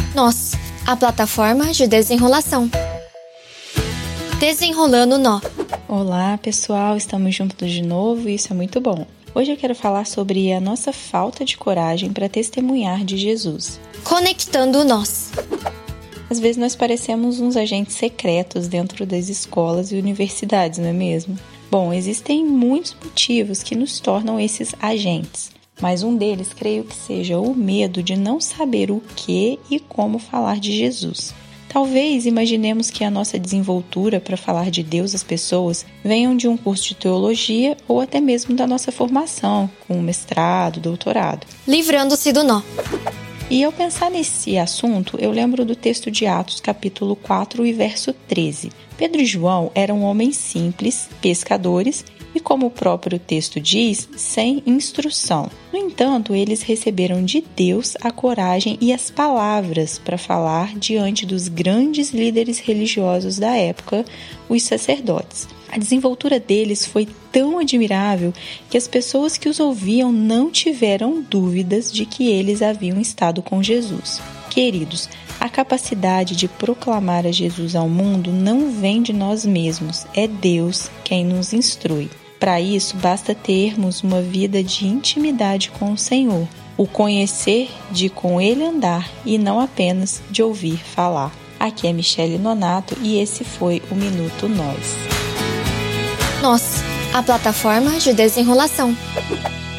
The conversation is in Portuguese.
Nós, a plataforma de desenrolação. Desenrolando o nó. Olá pessoal, estamos juntos de novo e isso é muito bom. Hoje eu quero falar sobre a nossa falta de coragem para testemunhar de Jesus. Conectando nós. Às vezes nós parecemos uns agentes secretos dentro das escolas e universidades, não é mesmo? Bom, existem muitos motivos que nos tornam esses agentes, mas um deles creio que seja o medo de não saber o que e como falar de Jesus. Talvez imaginemos que a nossa desenvoltura para falar de Deus às pessoas venham de um curso de teologia ou até mesmo da nossa formação, com mestrado, doutorado. Livrando-se do nó. E ao pensar nesse assunto, eu lembro do texto de Atos, capítulo 4 e verso 13. Pedro e João eram homens simples, pescadores, e como o próprio texto diz, sem instrução. No entanto, eles receberam de Deus a coragem e as palavras para falar diante dos grandes líderes religiosos da época, os sacerdotes. A desenvoltura deles foi tão admirável que as pessoas que os ouviam não tiveram dúvidas de que eles haviam estado com Jesus. Queridos, a capacidade de proclamar a Jesus ao mundo não vem de nós mesmos, é Deus quem nos instrui. Para isso, basta termos uma vida de intimidade com o Senhor, o conhecer de com Ele andar e não apenas de ouvir falar. Aqui é Michele Nonato e esse foi o Minuto Nós. Nós, a plataforma de desenrolação.